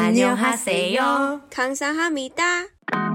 안녕하세요， 감사합니다。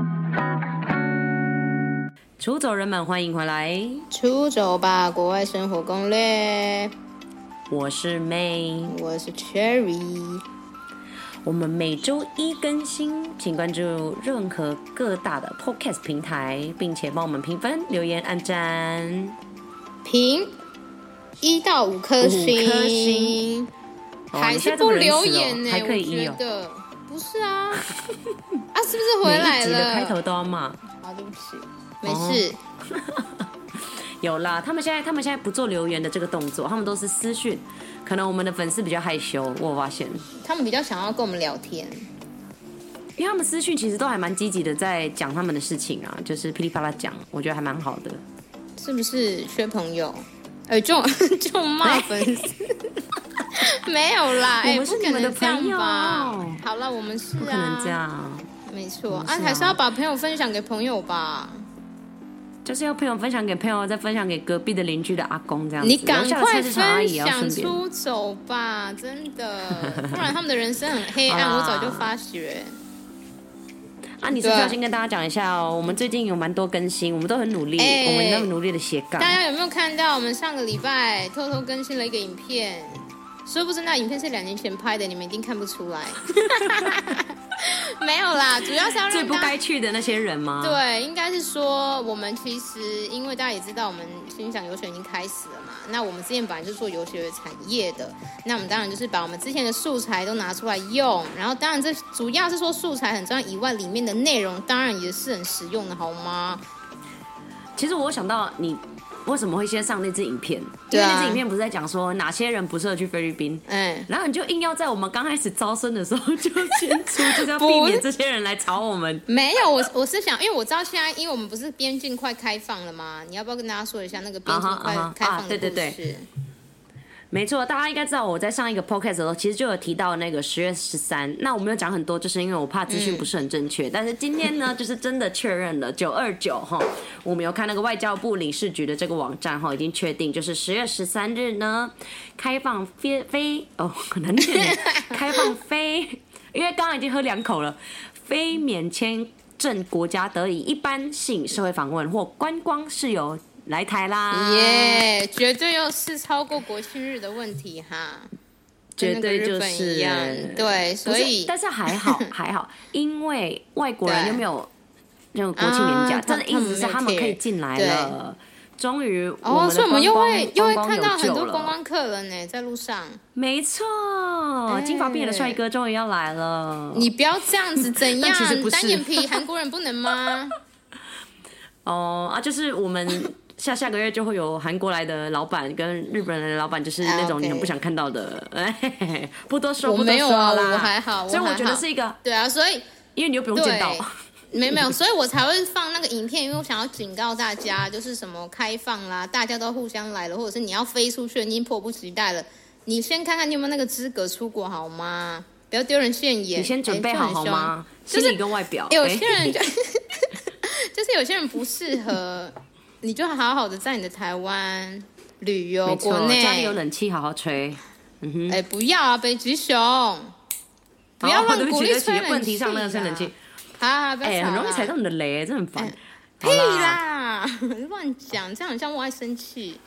出走人们，欢迎回来！ 出走吧，国外生活攻略。 我是 May， 我是 Cherry。 我们每周一更新，请关注任何各大的 Podcast 平台，并且帮我们评分、留言、按赞， 评1到5颗星。 5颗星。 还是不留言呢？ 还可以我觉得不是啊，啊，是不是回来了？ 每一集的开头都要骂。 好，对不起，没事。 有啦，他们现在不做留言的这个动作，他们都是私讯。可能我们的粉丝比较害羞，我有发现。 他们比较想要跟我们聊天， 因为他们私讯其实都还蛮积极的，在讲他们的事情啊，就是噼里啪啦讲，我觉得还蛮好的。 是不是缺朋友？就骂粉丝。没有啦， 我们是你们的朋友吧？ 好了，我们是啊， 不可能这样， 没错啊，还是要把朋友分享给朋友吧。 就是要朋友分享给朋友，再分享给隔壁的邻居的阿公这样子。 你赶快分享出走吧，真的，不然他们的人生很黑暗，我早就发觉。 啊，你是不是要先跟大家讲一下哦？我们最近有蛮多更新，我们都很努力，我们那么努力的斜杠。 大家有没有看到我们上个礼拜偷偷更新了一个影片？说不是那影片是2年前拍的，你们一定看不出来。没有啦，主要是要让最不该去的那些人吗？ 对，应该是说我们其实因为大家也知道我们心想游学已经开始了嘛，那我们之前本来就是做游学产业的，那我们当然就是把我们之前的素材都拿出来用，然后当然这主要是说素材很重要以外，里面的内容当然也是很实用的，好吗？ 其实我想到你为什么会先上那支影片？因为那支影片不是在讲说哪些人不适合去菲律宾，然后你就硬要在我们刚开始招生的时候就先出，就是要避免这些人来吵我们。 没有，我是想，因为我知道现在，因为我们不是边境快开放了吗？你要不要跟大家说一下那个边境快开放的故事？ 对。没错，大家应该知道我在上一个 podcast 的时候，其实就有提到那个10月13。那我没有讲很多，就是因为我怕资讯不是很正确。但是今天呢，就是真的确认了929哈，我们有看那个外交部领事局的这个网站哈，已经确定就是10月13日呢，开放很难念，开放因为刚刚已经喝2口了，非免签证国家得以一般性社会访问或观光事由来台啦， 绝对又是超过国庆日的问题哈， 绝对就是一样，对，所以但是还好，因为外国人又没有那种国庆年假，这的意思是他们可以进来了。终于， 所以我们又会看到很多观光客了呢，在路上。 没错，金发碧眼的帅哥终于要来了。 你不要这样子，怎样？ 其实不是单眼皮韩国人不能吗？ 就是我们。下个月就会有韩国来的老板跟日本来的老板，就是那种你很不想看到的。不多说， 我没有啊，我还好。 所以我觉得是一个对啊，所以因为你又不用见到， 没有，所以我才会放那个影片，因为我想要警告大家，就是什么开放啦，大家都互相来了，或者是你要飞出去，你已经迫不及待了，你先看看你有没有那个资格出国好吗？不要丢人现眼。 你先准备好吗？心理跟外表。 有些人就是有些人不适合。你就好好的在你的台湾旅游，国内家里有冷气，好好吹。 不要啊，北极熊，不要乱鼓励吹冷气。 问题上那个吹冷气， 好，不要吵很容易踩到你的雷，真的很烦。 屁啦，乱讲，这样很像我爱生气。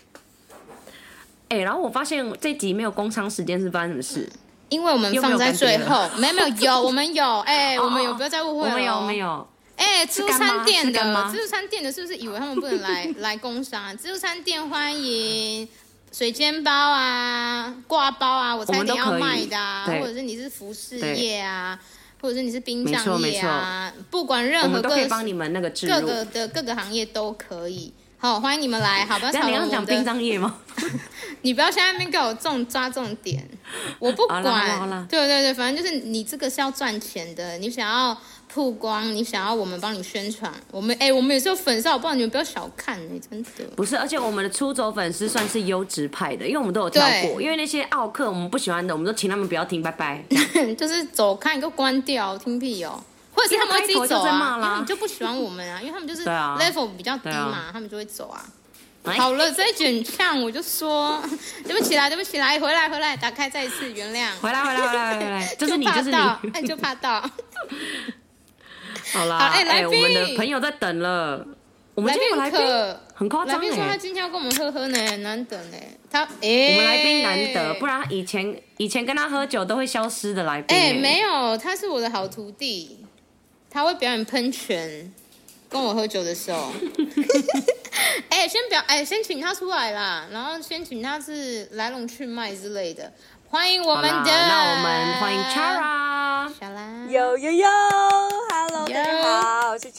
然后我发现这集没有工商时间是发生什么事？ 因为我们放在最后，没有，我们有，我们有，不要再误会了， 我们有。 自助餐店的是不是以为他们不能来工商啊？自助餐店欢迎水煎包啊、挂包啊，我差点要卖的啊，或者是你是服饰业啊，或者是你是冰酱业啊，不管任何我们都可以帮你们那个各个行业都可以。好，欢迎你们来。好，不要吵你要讲冰酱业吗？ 你不要现在那边给我抓重点，我不管。 好啦对，反正就是你这个是要赚钱的，你想要曝光，你想要我们帮你宣传，我们也是有粉丝，好不好？你们不要小看真的。 不是，而且我们的出走粉丝算是优质派的，因为我们都有挑过，因为那些奥客我们不喜欢的，我们都请他们不要听，拜拜。 就是走开，你给我关掉，听屁哦。或者是他们会自己走啊，因为你就不喜欢我们啊，因为他们就是 level 比较低嘛，他们就会走啊。 好了，再卷呛我就说对不起啦，对不起啦，回来，打开再一次，原谅。 回来，就是你，就是你， 哎，就怕到。 好啦， 来宾， 我们的朋友在等了。我们今天有来宾很夸张来宾说他今天要跟我们喝呢，难得呢。我们来宾难得，不然以前跟他喝酒都会消失的来宾。 没有，他是我的好徒弟，他会表演喷泉，跟我喝酒的时候。先请他出来啦，然后先请他是来龙去脉之类的。欢迎我们的， 那我们欢迎 Chara。 小兰， 有 ，Hello， 大家好，我是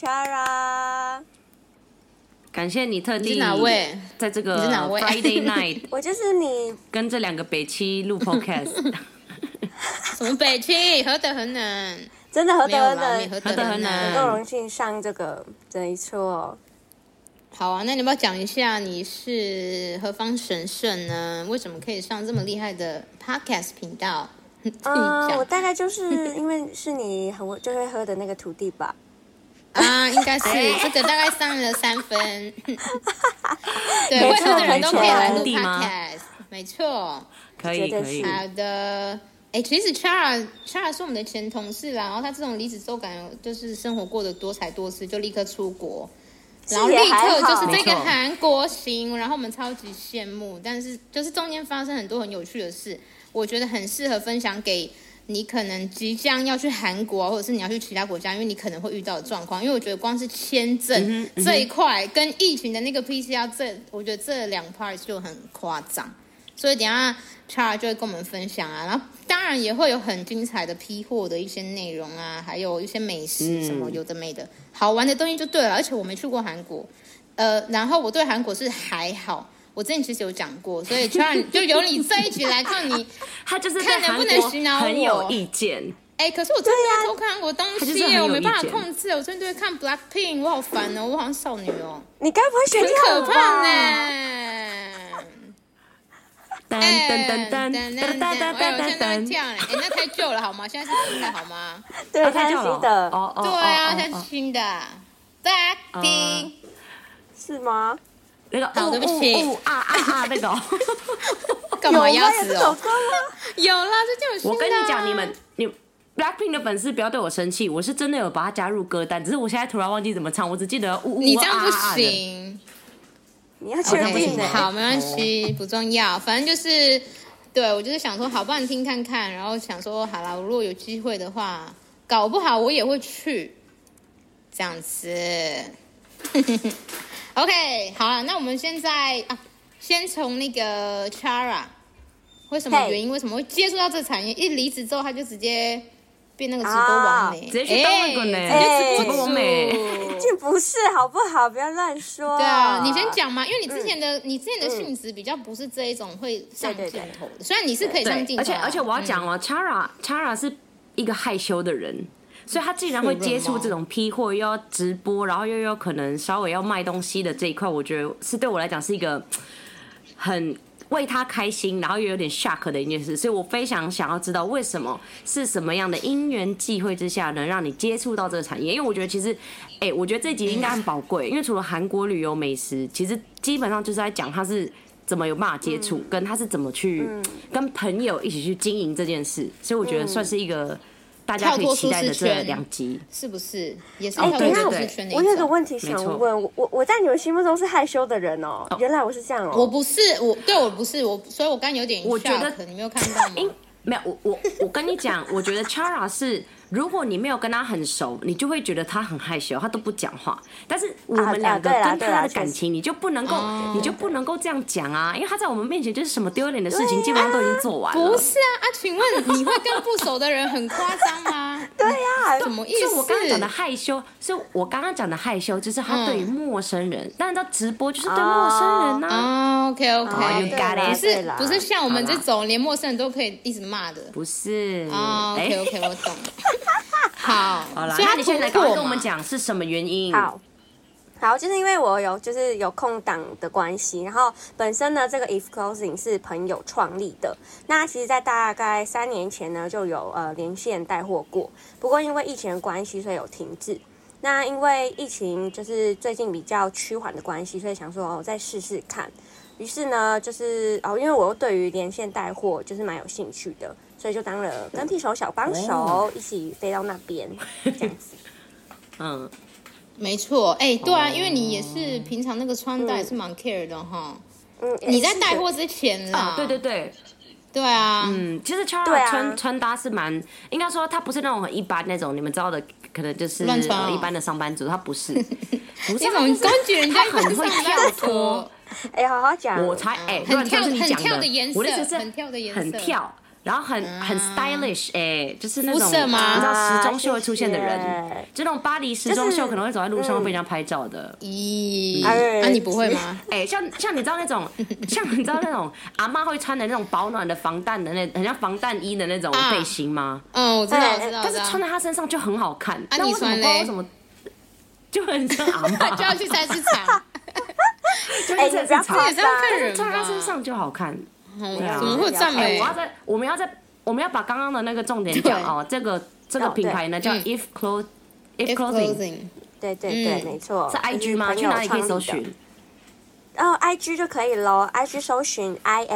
Chara。 感谢你特地你是哪位？ 在这个 Friday night， 我就是你跟这2个北七录 podcast。 什么北七？何德何能？ 真的何德何能？ 何德何能？ 够荣幸上这个，没错。 好啊，那你要不要讲一下你是何方神圣呢？为什么可以上这么厉害的 podcast 频道？ 我大概就是因为是你很就会喝的那个徒弟吧。 应该是这个大概上了3分。对，会喝的人都可以来录 podcast， 没错， 可以。 好的，其实 Chara 是我们的前同事啦，然后他这种离职之后感觉就是生活过得多彩多姿，就立刻出国。然后立刻就是这个韩国行，然后我们超级羡慕，但是就是中间发生很多很有趣的事，我觉得很适合分享给你可能即将要去韩国，或者是你要去其他国家，因为你可能会遇到的状况。因为我觉得光是签证这一块跟疫情的那个 PCR 我觉得这2 part 就很夸张，所以等一下 Chara 就会跟我们分享啊，然后当然也会有很精彩的批货的一些内容啊，还有一些美食什么有的没的。好玩的东西就对了，而且我没去过韩国，然后我对韩国是还好，我之前其实有讲过，所以就由你这一集来看你， 他就是看能不能洗脑我， 很有意见。 可是我真的要偷看韩国东西耶，我没办法控制，我真的都会看 Blackpink， 我好烦哦，我好像少女哦。 你该不会选跳很可怕呢？ 噔噔噔噔噔噔噔！我现在会跳呢，那太旧了好吗？现在是新的好吗？ 对，太新的。 对啊，现在是新的。Blackpink 是吗？ 那个对不起那个。 干嘛压死哦？有啦，这就有新的。 我跟你讲，你 Blackpink 的粉丝不要对我生气，我是真的有把它加入歌单，只是我现在突然忘记怎么唱，我只记得你这样不行。 你要确定的， 好，没关系，不重要，反正就是，对我就是想说，好，不然听看看，然后想说，好啦，如果有机会的话，搞不好我也会去，这样子。OK， 好了，那我们现在先从那个 Chara， 为什么原因？为什么会接触到这个产业？一离职之后，他就直接变那个直播王美， 直接去当那个呢， 直播王美。 这不是好不好？不要乱说。 对啊，你先讲嘛，因为你之前的性质比较不是这一种会上镜头的，虽然你是可以上镜头， 而且我要讲哦，Chara 是一个害羞的人，所以他既然会接触这种批货，又要直播，然后又有可能稍微要卖东西的这一块，我觉得是对我来讲是一个很为他开心，然后又有点 shock 的一件事，所以我非常想要知道为什么是什么样的因缘际会之下能让你接触到这个产业，因为我觉得其实，我觉得这集应该很宝贵，因为除了韩国旅游美食，其实基本上就是在讲他是怎么有办法接触，跟他是怎么去跟朋友一起去经营这件事，所以我觉得算是一个大家可以期待的这2集， 是不是？也是跳脱舒适圈的一种。 我有个问题想问，我在你们心目中是害羞的人哦，原来我是这样哦。 我不是，我不是我，所以我刚刚有点 shock，我觉得你没有看到吗？ 没有，我跟你讲，我觉得 Chara 是，如果你没有跟他很熟，你就会觉得他很害羞，他都不讲话。但是我们2个跟他的感情，你就不能够这样讲啊，因为他在我们面前就是什么丢脸的事情，基本上都已经做完了。 不是啊，请问你会跟不熟的人很夸张吗？ 对呀， 什么意思？ 我刚刚讲的害羞，是我刚刚讲的害羞，就是他对于陌生人，但是到直播就是对陌生人呐。 OK， 不是像我们这种连陌生人都可以一直骂的， 不是。 OK， 我懂了。好啦，那你现在赶快跟我们讲是什么原因？ 好，就是因为我有空档的关系，然后本身呢，这个 If Clothing 是朋友创立的。那其实，在大概3年前呢，就有连线带货过，不过因为疫情的关系，所以有停滞。 那因为疫情就是最近比较趋缓的关系，所以想说再试试看。于是呢，就是因为我又对于连线带货就是蛮有兴趣的，所以就当了跟屁虫小帮手，一起飞到那边这样子。 嗯， 没错，对啊，因为你也是平常那个穿搭也是蛮 care 的哈。你在带货之前啦， 对对对。 对啊， 其实 Chara 穿搭是蛮，应该说他不是那种很一般那种你们知道的，可能就是乱穿一般的上班族，他不是， 你怎么攻击人家？ 很会跳脱。 好好讲， 我才很跳是你讲的颜色， 我的意思是很跳的颜色， 很跳。然后很 stylish， 就是那种肤色吗？ 你知道时装秀会出现的人，就那种巴黎时装秀可能会走在路上会被人家拍照的。 咦，你不会吗？ 像你知道那种，阿嬷会穿的那种保暖的防弹的很像防弹衣的那种背心吗？ 我知道， 但是穿在她身上就很好看。 那你穿为什么就很像阿嬷？ 就要去菜市场。 就去菜市场， 也是要看人吧， 穿在她身上就好看。 对啊，怎么会赞美？ 我们要把刚刚的那个重点讲哦，这个品牌呢叫 If Clothing， 对对对，没错。 是 IG 吗？去哪里可以搜寻 ？IG 就可以咯 ，IG 搜寻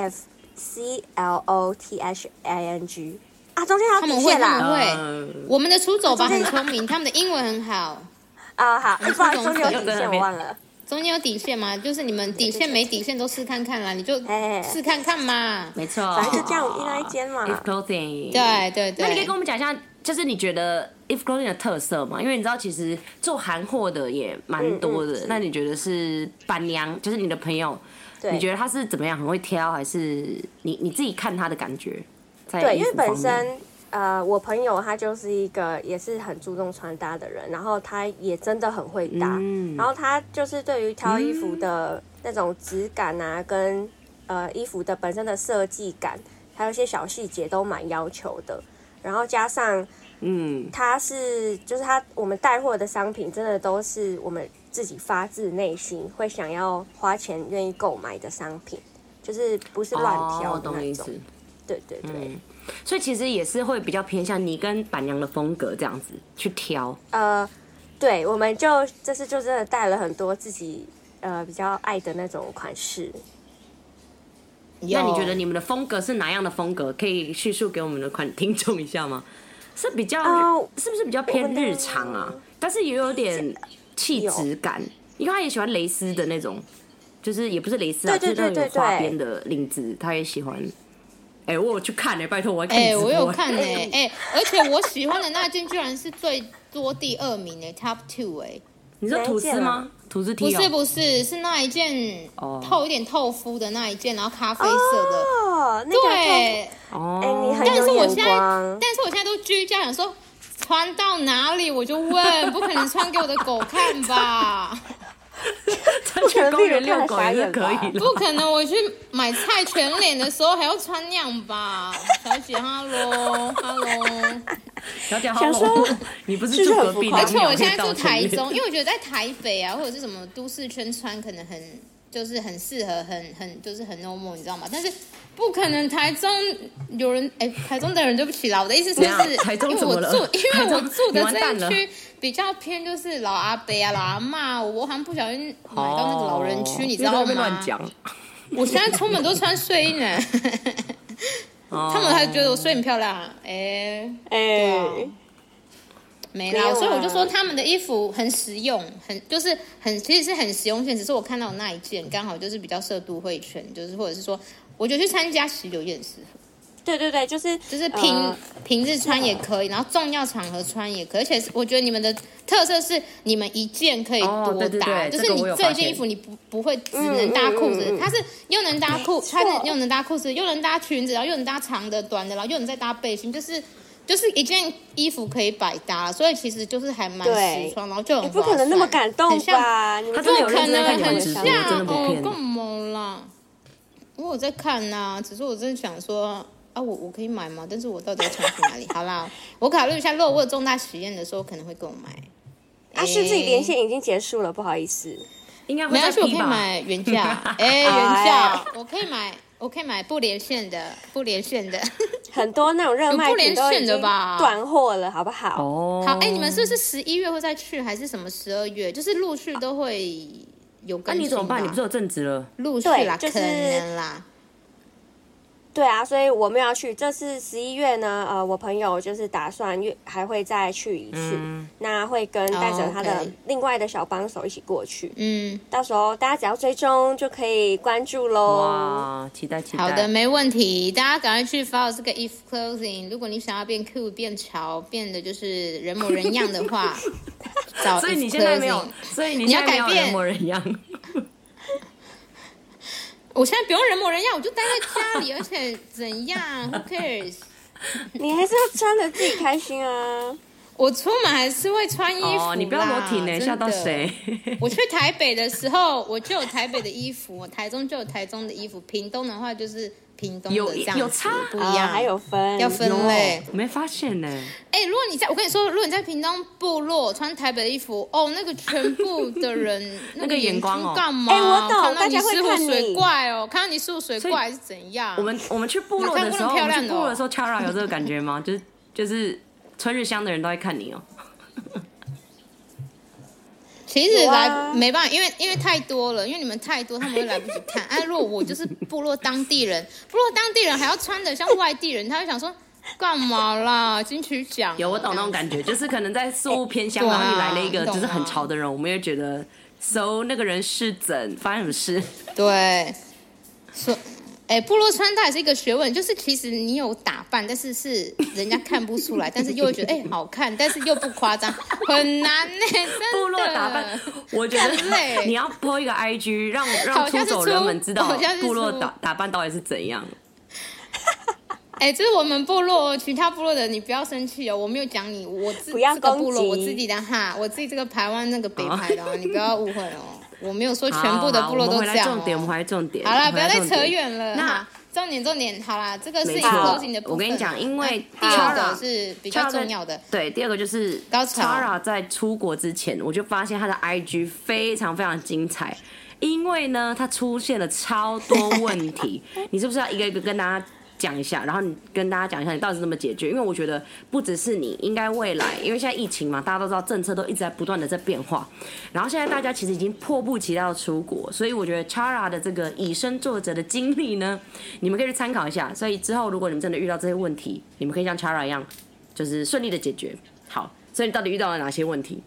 IFCLOTHING 啊，中间还有底线啦。 他们会，我们的出走吧很聪明，他们的英文很好。 好，不好意思，中间有底线我忘了。 中间有底线吗？就是你们底线没底线都试看看啦，你就试看看嘛。 没错， 反正就这样那一间嘛。 If Clothing， 对对对。 那你可以跟我们讲一下，就是你觉得 If Clothing 的特色嘛？因为你知道其实做韩货的也蛮多的。那你觉得是板娘，就是你的朋友，你觉得他是怎么样？很会挑，还是你自己看他的感觉？ 对，因为本身。我朋友他就是一个也是很注重穿搭的人，然后他也真的很会搭，然后他就是对于挑衣服的那种质感啊，跟衣服的本身的设计感，还有一些小细节都蛮要求的。然后加上，他是就是我们带货的商品真的都是我们自己发自内心会想要花钱愿意购买的商品，就是不是乱挑的那种。对对对。 所以其实也是会比较偏向你跟板娘的风格这样子去挑。 对，我们就这次就真的带了很多自己比较爱的那种款式。 那你觉得你们的风格是哪样的风格？可以叙述给我们的听众一下吗？是比较是不是比较偏日常啊？但是也有点气质感，因为他也喜欢蕾丝的那种，就是也不是蕾丝啊，就是那种有花边的领子，他也喜欢。我有去看拜托我还看直播。 我有看而且我喜欢的那件居然是最多第2名Top 2 你说吐司吗？吐司 T 不是，是那一件有点透肤的那一件，然后咖啡色的。对， 你很有眼光。 但是我现在都居家，想说穿到哪里我就问，不可能穿给我的狗看吧？ 穿去公园遛狗也是可以的。 不可能，我去买菜全脸的时候还要穿那样吧？小姐 ，hello， 小姐 hello， 你不是住隔壁？ 而且我现在住台中，因为我觉得在台北啊，或者是什么都市圈穿，可能就是很适合，就是很 normal， 你知道吗？但是不可能，台中有人台中的人对不起啦，我的意思是，因为我住的这一区比较偏，就是老阿伯啊、老阿嬷，我好像不小心买到那个老人区，你知道吗？ 乱讲。 我现在出门都穿睡衣呢，他们还觉得我睡很漂亮，没啦，所以我就说他们的衣服很实用，其实是很实用性，只是我看到那一件刚好就是比较适合都会圈，就是或者是说，我觉得去参加喜酒也很适合。 对对对，就是平日穿也可以，然后重要场合穿也可以，而且我觉得你们的特色是你们一件可以多搭，就是你这件衣服你不会只能搭裤子，它是又能搭裤，又能搭裤子，又能搭裙子，然后又能搭长的、短的，然后又能再搭背心，就是一件衣服可以百搭，所以其实就是还蛮实穿，然后就很划算。 不可能那么感动吧？ 他真的有认真在看很直播，真的不骗。 干嘛啦？我有在看呐，只是我真的想说。我可以买吗？但是我到底要穿去哪里？好啦，我考虑一下，如果我有重大实验的时候，可能会购买。 是自己连线已经结束了，不好意思。 应该没关系，我可以买原价。原价我可以买我可以买不连线的， 很多那种热卖品都已经断货了，好不好？ 哦， 好，你们是不是11月会再去，还是什么12月？就是陆续都会有更新吧。 那你怎么办？你不是有正职了？ 陆续啦， 就是可能啦。 对啊，所以我们要去。这次11月呢，我朋友就是打算还会再去一次，那会带着他的另外的小帮手一起过去。到时候大家只要追踪就可以关注咯。 哇，期待！ 好的，没问题，大家赶快去 follow 这个 Eve Clothing。如果你想要变酷、变潮、变得就是人模人样的话，找 Eve Clothing。 所以你现在没有，你要改变人模人样。 我现在不用人模人样，我就待在家里，而且怎样 ？Who cares？ 你还是要穿着自己开心啊！ 我出门还是会穿衣服啦。 你不要裸体呢，吓到谁？ 我去台北的时候，我就有台北的衣服，台中就有台中的衣服，屏东的话就是屏东的这样子， 有差不一样， 还有分， 要分类。 没发现呢。 如果我跟你说，如果你在屏东部落穿台北的衣服，那个全部的人那个眼光干嘛？ 我懂， 大家会看你水怪哦，看到你是不是水怪还是怎样？ 我们去部落的时候，Chara 有这个感觉吗？就是春日乡的人都在看你哦。 其实没办法，因为太多了，因为你们太多，他们会来不及看。如果我就是部落当地人，还要穿的像外地人，他会想说干嘛啦？金曲奖有我懂那种感觉，就是可能在宿务偏乡，然后你来了一个就是很潮的人，我们也觉得那个人是怎发生什么事？ 对，部落穿戴是一个学问，就是其实你有打扮，但是人家看不出来，但是又会觉得好看，但是又不夸张，很难呢。真的， 部落打扮，我觉得你要 po 一个 IG， 让出走人们知道部落打扮到底是怎样。 这是我们部落，其他部落的你不要生气哦，我没有讲你， 不要这个部落我自己的我自己这个台湾那个北派的你不要误会哦。我没有说全部的部落都这样。 我们回来重点。 好啦，不要再扯远了。那重点，好啦，这个是 closing 的部分。 我跟你讲，因为第二个是比较重要的。 对，第二个就是高潮。 Chara 在出国之前，我就发现她的 IG 非常非常精彩，因为呢，她出现了超多问题。你是不是要一个一个跟大家讲一下，然后你跟大家讲一下你到底是怎么解决？因为我觉得不只是你，应该未来，因为现在疫情嘛，大家都知道政策都一直在不断的在变化，然后现在大家其实已经迫不及待要出国，所以我觉得 Chara 的这个以身作则的经历呢，你们可以去参考一下。所以之后如果你们真的遇到这些问题，你们可以像 Chara 一样，就是顺利的解决。好，所以你到底遇到了哪些问题？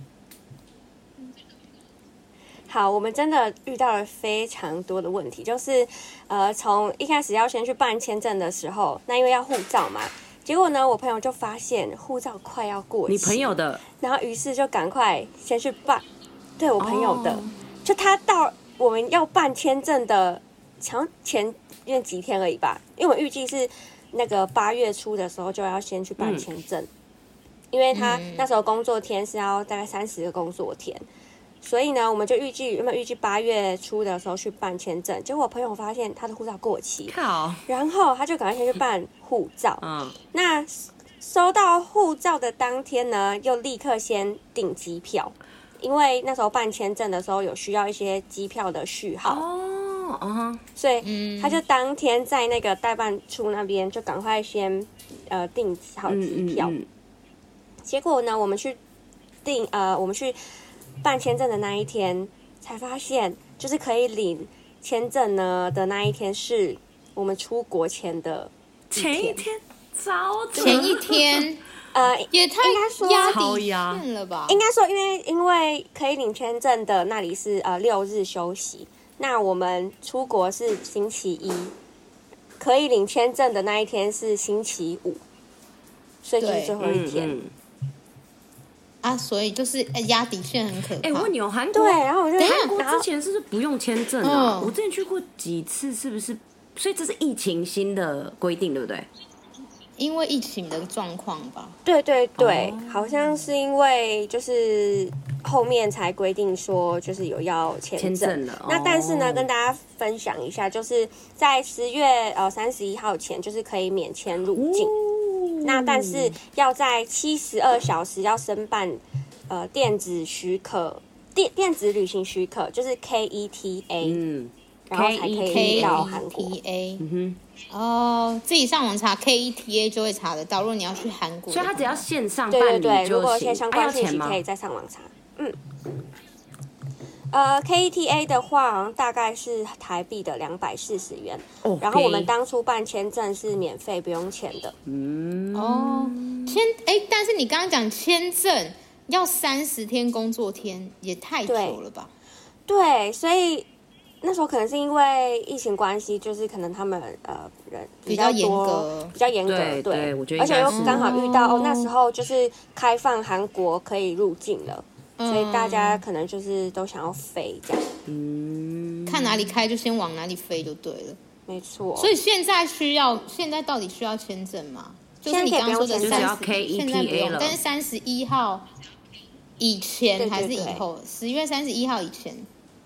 好，我们真的遇到了非常多的问题，就是从一开始要先去办签证的时候，那因为要护照嘛，结果呢，我朋友就发现护照快要过期， 你朋友的， 然后于是就赶快先去办，对我朋友的，就他到我们要办签证的，好像前几天而已吧，因为我预计是那个8月初的时候就要先去办签证，因为他那时候工作天是要大概30个工作天。所以呢，我们就预计8月初的时候去办签证，结果我朋友发现他的护照过期，然后他就赶快先去办护照。那收到护照的当天呢，又立刻先订机票，因为那时候办签证的时候有需要一些机票的序号。所以他就当天在那个代办处那边就赶快先订好机票。结果呢，我们去办签证的那一天，才发现就是可以领签证呢的那一天是我们出国前的前一天， 前一天，也太压底线了吧？ 应该说，因为可以领签证的那里是6日休息，那我们出国是星期1，可以领签证的那一天是星期5，所以就是最后一天。 所以就是压底线很可怕。 我问你韩国对，然后我就韩国之前是不是不用签证啊？我之前去过几次，是不是？所以这是疫情新的规定，对不对？ 因为疫情的状况吧。 对，好像是因为就是后面才规定说就是有要签证了。那但是呢，跟大家分享一下，就是在10月31号前，就是可以免签入境。那但是要在72小时要申办电子许可，电子旅行许可，就是 KETA。 然后才可以到韩国。 KETA，哦，自己上网查 KETA 就会查得到。如果你要去韩国， 所以他只要线上办理就行。 对，如果线上关系可以再上网查。KETA 的话，好像大概是台币的240元。然后我们当初办签证是免费不用钱的。 但是你刚刚讲签证要30天工作天，也太久了吧？ 对，所以那时候可能是因为疫情关系，就是可能他们人比较严格， 对，我觉得而且又刚好遇到那时候就是开放韩国可以入境了。所以大家可能就是都想要飞这样， 看哪里开就先往哪里飞就对了， 没错。 所以现在到底需要签证吗？就是你刚刚说的现在不用，但是31号以前还是以后？10月31号以前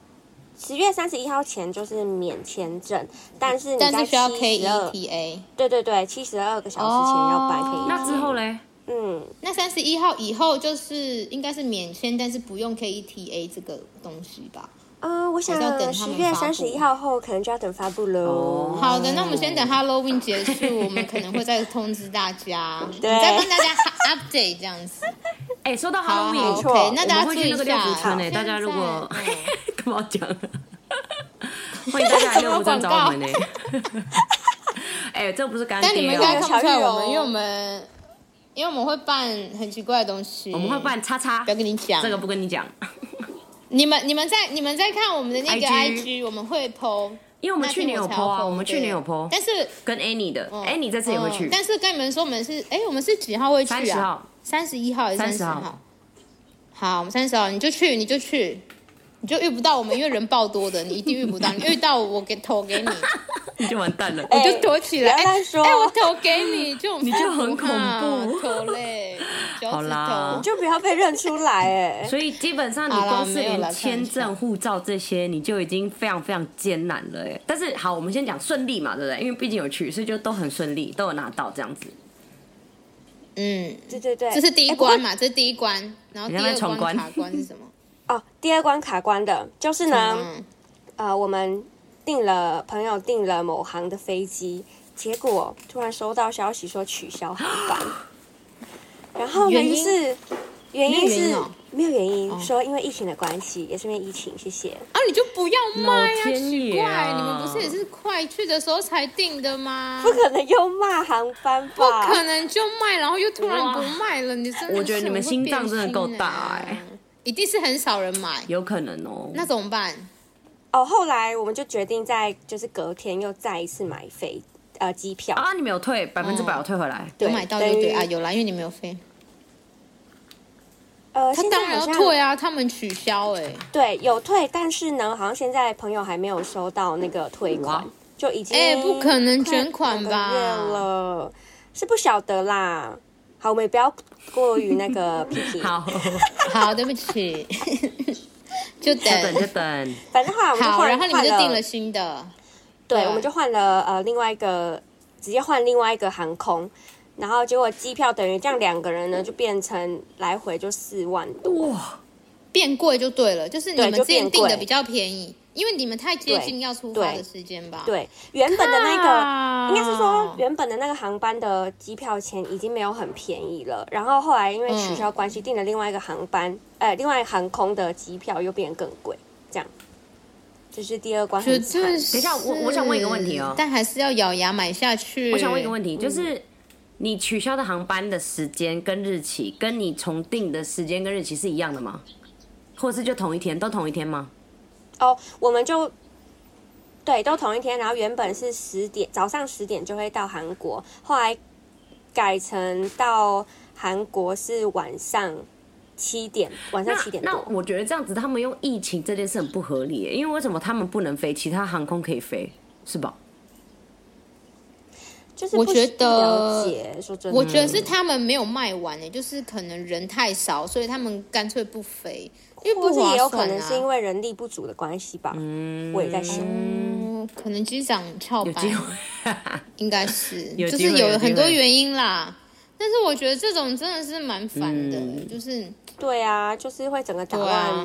？10月31号前就是免签证，但是你在需要 KETA。 对，72个小时前要办 KETA。 那之后嘞？ 那31号以后就是应该是免签，但是不用 KETA 这个东西吧？ 我想10月31号后可能就要等发布喽。 好的，那我们先等 Halloween 结束，我们可能会再通知大家，再帮大家 update 这样子。 说到 Halloween， OK， 那大家注意一下。 我们会去那个六福村大家如果干嘛讲？欢迎大家来六福村找我们呢。这不是干爹， 但你们应该看不出来我们，因为我们会办很奇怪的东西， 我们会办叉叉， 不要跟你讲， 这个不跟你讲。 你们在看我们的那个 IG， 我们会 po， 因为我们去年有 po 啊，我们去年有 po， 但是跟 Annie 的，Annie 这次也会去。 但是跟你们说，我们是几号会去啊 ？31 号还是30号？好，我们30号你就去，你就遇不到我们，因为人爆多的，你一定遇不到。你遇到我投给你， 你就完蛋了， 我就躲起来。我投给你， 你就很恐怖， 投嘞。 好啦， 你就不要被认出来所以基本上你光是连签证、护照这些，你就已经非常非常艰难了但是好，我们先讲顺利嘛，对不对？因为毕竟有去，所以就都很顺利，都有拿到这样子。 对， 这是第一关嘛，这是第一关，然后第二关卡关是什么？ 第二关卡关的就是呢，我们朋友订了某航的飞机，结果突然收到消息说取消航班，然后原因是没有原因，说因为疫情的关系，也是因为疫情，谢谢。 你就不要卖奇怪，你们不是也是快去的时候才订的吗？ 不可能又骂航班吧？ 不可能就卖，然后又突然不卖了，你真的， 我觉得你们心脏真的够大一定是很少人买， 有可能那怎么办？ 后来我们就决定就是隔天又再一次买机票你没有退100%有退回来， 有买到就对有啦，因为你没有飞。他当然要退啊，他们取消对，有退，但是呢，好像现在朋友还没有收到那个退款，就已经不可能卷款吧？ 了，是不晓得啦。好，我们也不要过于那个批评。 好，对不起，就等。 反正后来我们就然后你们就订了新的， 对，我们就换了另外一个，直接换另外一个航空。然后结果机票等于这样2个人呢，就变成来回就4万多， 哇，变贵就对了，就是你们之前订的比较便宜，因为你们太接近要出发的时间吧？ 对，原本的那个应该是说原本的那个航班的机票钱已经没有很便宜了，然后后来因为取消关系订了另外一个航班，另外航空的机票又变得更贵，这样。这是第二关很惨。 等一下，我想问一个问题但还是要咬牙买下去。 我想问一个问题，就是你取消的航班的时间跟日期，跟你重订的时间跟日期是一样的吗？或者是就同一天，都同一天吗？ 我们就对，都同一天。然后原本是早上10点就会到韩国，后来改成到韩国是晚上7点多。 那我觉得这样子，他们用疫情这件事很不合理耶，因为为什么他们不能飞，其他航空可以飞，是吧？ 就是我觉得， 说真的， 我觉得是他们没有卖完就是可能人太少，所以他们干脆不飞，因为不划算也有可能是因为人力不足的关系吧。我也在想， 可能机长翘班，应该是， 就是有很多原因啦。但是我觉得这种真的是蛮烦的，就是对啊，就是会整个打乱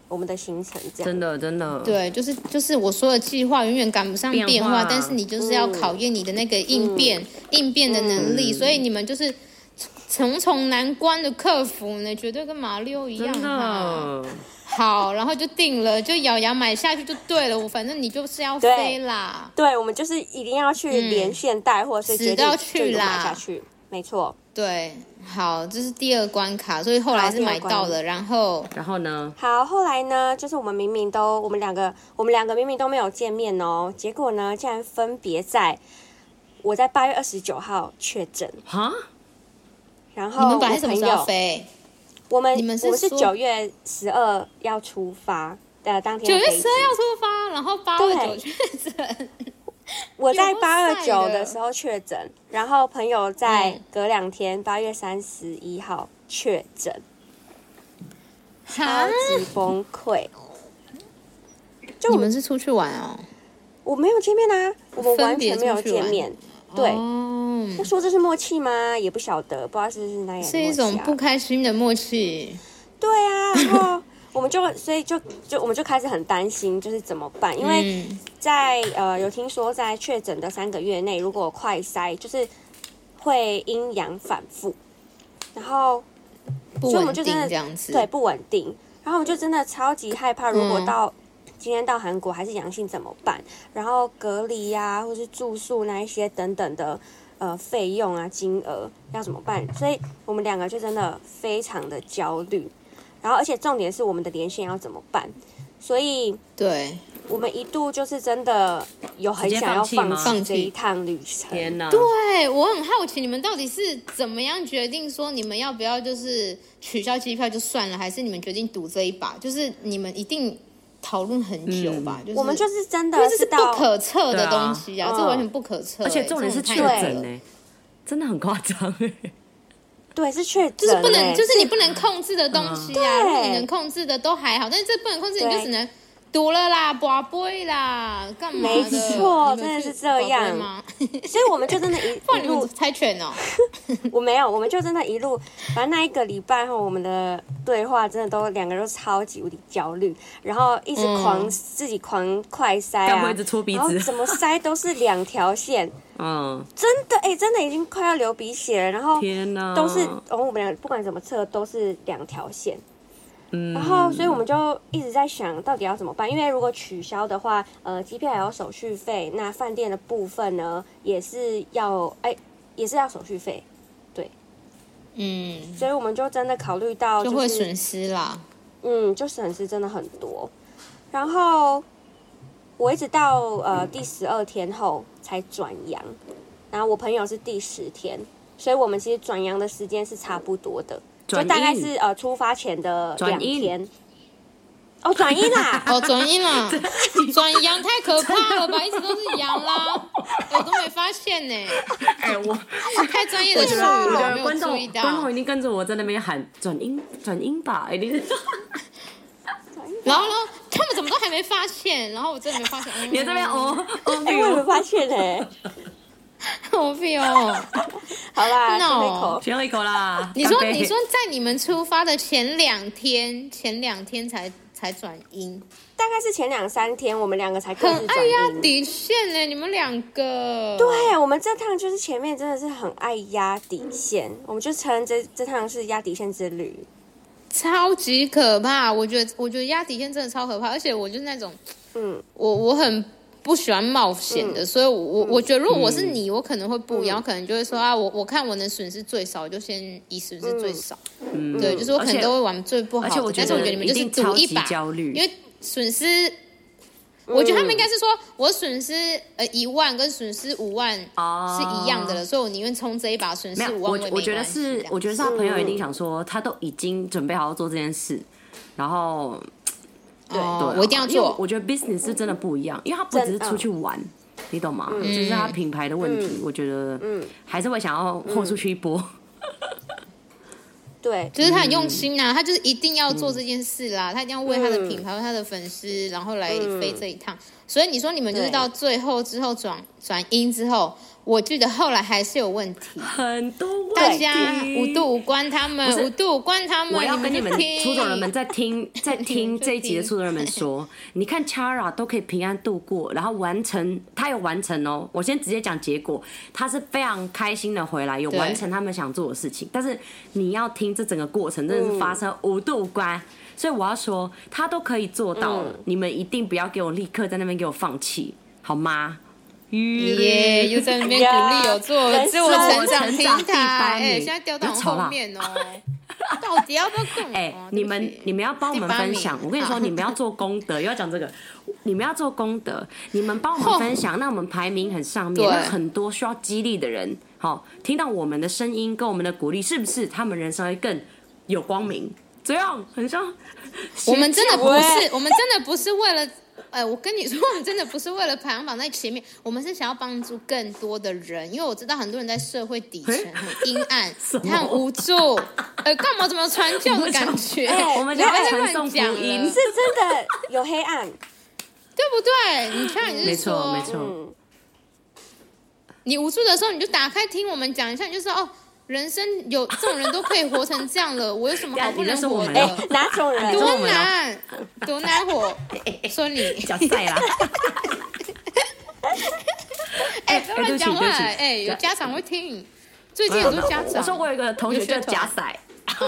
我们的行程这样。 真的真的， 对，就是我说的计划永远赶不上变化，但是你就是要考验你的那个应变的能力，所以你们就是重重难关的克服呢，绝对跟马里奥一样。 真的。 好，然后就定了，就咬牙买下去就对了。反正你就是要飞啦。 对，我们就是一定要去连线带货，所以决定就买下去。没错。 对，好，这是第二关卡，所以后来是买到了。然后呢？ 好，后来呢，就是我们两个明明都没有见面哦，结果呢，竟然分别我在8月29号确诊。 哈？ 然后你们本来什么时候要飞？ 我们是9月12要出发的，当天 9月12要出发，然后829确诊。 我在829的时候确诊，然后朋友在隔2天8月31号确诊，超级崩溃。 你们是出去玩哦？ 我没有见面啊，我们完全没有见面。对，说这是默契吗？也不晓得，不知道是哪样的默契啊。 是一种不开心的默契。 对啊，然后我们就开始很担心，就是怎么办？因为在有听说在确诊的3个月内，如果快筛就是会阴阳反复，然后不稳定这样子， 对，不稳定。然后我们就真的超级害怕，如果今天到韩国还是阳性怎么办？然后隔离啊，或是住宿那一些等等的费用啊金额要怎么办？所以我们两个就真的非常的焦虑。然后而且重点是我们的连线要怎么办？所以对我们一度就是真的有很想要放弃这一趟旅程。 天哪！ 对，我很好奇你们到底是怎么样决定说你们要不要就是取消机票就算了，还是你们决定赌这一把？就是你们一定讨论很久吧？就是我们就是真的， 因为这是不可测的东西啊，这完全不可测。 而且重点是确诊呢，真的很夸张哎。 对，是确诊， 就是不能，就是你不能控制的东西啊。如果你能控制的都还好，但是这不能控制，你就只能赌了啦，拔杯啦，干嘛的？ 没错，真的是这样吗？所以我们就真的一路猜拳哦。 我没有，我们就真的一路，反正那1个礼拜后，我们的对话真的都2个人都超级无敌焦虑，然后一直自己狂快筛啊， 一直搓鼻子， 然后怎么筛都是2条线。真的真的已经快要流鼻血了，然后天哪， 都是我们俩不管怎么测都是2条线，然后所以我们就一直在想到底要怎么办，因为如果取消的话，机票也要手续费，那饭店的部分呢也是要手续费，对，所以我们就真的考虑到就会损失啦， 就损失真的很多，然后。我一直到第12天后才转阳，然后我朋友是第10天，所以我们其实转阳的时间是差不多的，就大概是出发前的2天。转阴啦！ 转阴啦！转阳太可怕了吧？一直都是阳啦，我都没发现呢。 我太专业的术语了，我没有注意到。 观众一定跟着我在那边喊转阴吧，一定是。 然后他们怎么都还没发现，然后我真的没发现。 你在这边我也没发现我屁哦！ 好啦， 先喝一口啦。 你说在你们出发的前2天才转阴， 大概是前2-3天，我们2个才开始转阴。 很爱压底线呢，你们2个。 对，我们这趟就是前面真的是很爱压底线，我们就称这趟是压底线之旅。 超级可怕，我觉得压底线真的超可怕，而且我就是那种，我很不喜欢冒险的，所以我觉得如果我是你，我可能会不一样，我可能就会说啊，我看我能损失最少，我就先以损失最少，对，就是我可能都会玩最不好的，但是我觉得你们就是赌一把，因为损失。我觉得他们应该是说，我损失1万跟损失5万是一样的了，所以我宁愿冲这一把，损失5万我觉得是他朋友一定想说，他都已经准备好要做这件事，然后对，我一定要做。 我觉得 business 是真的不一样，因为他不只是出去玩，你懂吗？就是他品牌的问题，我觉得还是会想要豁出去一波。 对， 就是他很用心啊，他就是一定要做这件事啦，他一定要为他的品牌、为他的粉丝，然后来飞这一趟。所以你说你们就是到最后之后转阴之后，我记得后来还是有问题， 很多问题， 大家5度无关他们，5度无关他们。 我要跟你们听出走人们在听这一集的出走人们说，你看 Chara 都可以平安度过，然后他有完成哦。我先直接讲结果，他是非常开心的回来，有完成他们想做的事情。但是你要听这整个过程，真的是发生5度无关。所以我要说，他都可以做到了，你们一定不要给我立刻在那边给我放弃，好吗？ 耶，又在那边鼓励有做自我成长平台，现在掉到后面哦。到底要不要更？ 你们要帮我们分享。我跟你说，你们要做功德，又要讲这个，你们要做功德，你们帮我们分享，那我们排名很上面，那很多需要激励的人，好，听到我们的声音跟我们的鼓励，是不是他们人生会更有光明？这样很像。 我们真的不是为了。我跟你说，我们真的不是为了排行榜在前面，我们是想要帮助更多的人，因为我知道很多人在社会底层很阴暗，他很无助，干嘛怎么传教的感觉？ 我们家传送福音是真的有黑暗， 对不对？你看，你是说没错， 你无助的时候，你就打开听我们讲一下，你就说哦。人生有这种人都可以活成这样了，我有什么好不能活的？ 哪种人？ 多难活？说你讲赛啦！ 不要乱讲话！有家长会听。最近很多家长， 我说我有一个同学叫假赛，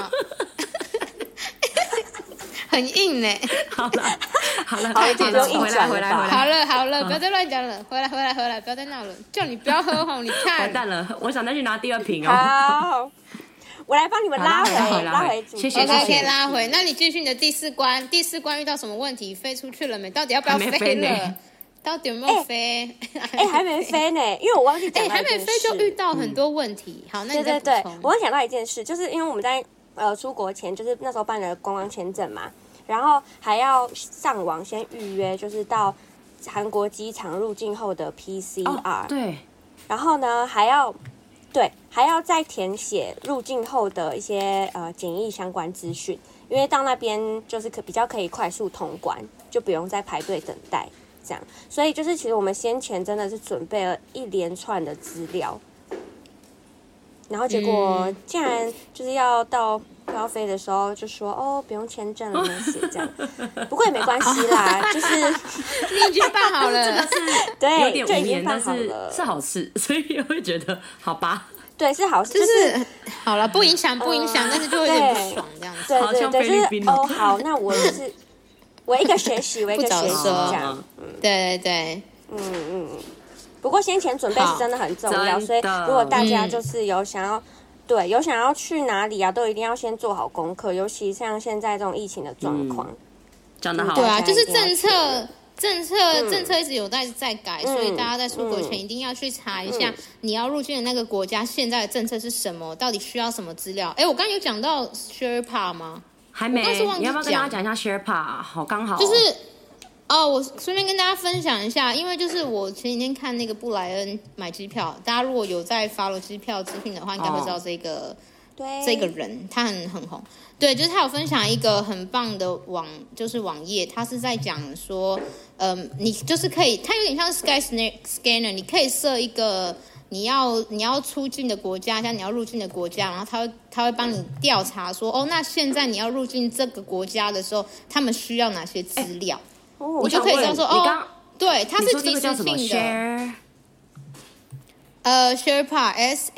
很硬呢。 好了， 回来， 好了，不要再乱讲了，回来，不要再闹了，叫你不要喝吼，你看， 完蛋了，我想再去拿第2瓶哦。 好，我来帮你们拉回主题， 谢谢， 可以拉回。那你继续你的第4关遇到什么问题？飞出去了没？到底要不要飞了？到底有没有飞？ 还没飞呢，因为我忘记讲到还没飞就遇到很多问题。好，那你再补充。 我想到一件事，就是因为我们在出国前，就是那时候办了观光签证嘛。然后还要上网先预约，就是到韩国机场入境后的 PCR， 对。 然后呢，还要再填写入境后的一些检疫相关资讯，因为到那边就是比较可以快速通关，就不用再排队等待这样。所以就是其实我们先前真的是准备了一连串的资料，然后结果竟然就是要飞的时候就说不用签证了那些这样，不过也没关系啦，就是你已经办好了， 这个是对， 有点无言， 但是好事，所以也会觉得好吧。 对，是好事， 就是好了，不影响，但是就会有点不爽这样子。 对，就是好，那我就是我一个学习这样， 对， 不过先前准备是真的很重要，所以如果大家就是有想要去哪里啊，都一定要先做好功课，尤其像现在这种疫情的状况。 讲得好， 对啊，就是政策一直有在改，所以大家在出国前一定要去查一下你要入境的那个国家现在的政策是什么，到底需要什么资料。我刚刚有讲到 Sherpa 吗？ 还没，你要不要跟大家讲一下 Sherpa？ 好，刚好就是我顺便跟大家分享一下，因为就是我前几天看那个布莱恩买机票，大家如果有在 follow 机票资讯的话，应该会知道这个人他很红。对，就是他有分享一个很棒的网页，他是在讲说，你就是可以，它有点像 Sky Scanner， 你可以设一个你要出境的国家，像你要入境的国家，然后他会帮你调查说，那现在你要入境这个国家的时候，他们需要哪些资料，你就可以知道说，对，它是即时性的。Sherpa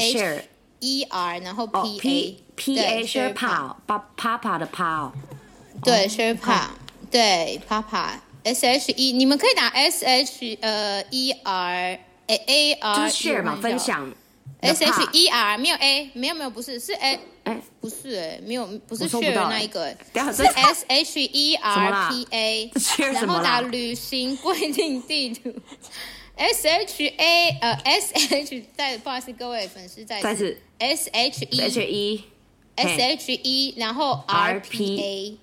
SHER， 然后 PA Sherpa Papa 的 Pa， 对 Sherpa， 对 Papa SHE， 你们可以打 SHER AR， 就是 share 嘛，分享 SHER 没有 A， 没有不是 A， 不是没有不是 share 那一个，是 SHERPA， 然后打旅行规定地图。SH， 不好意思各位粉丝再次 SHE， 然后 RPA，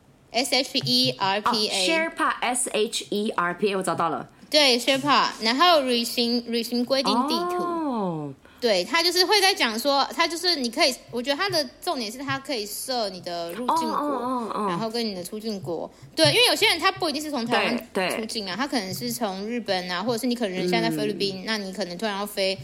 Sherpa SHERPA 我找到了， 对 Sherpa， 然后旅行规定地图，对，他就是会在讲说，他就是你可以，我觉得他的重点是他可以设你的入境国，然后跟你的出境国。对，因为有些人他不一定是从台湾出境啊，他可能是从日本啊，或者是你可能人现在在菲律宾，那你可能突然要飞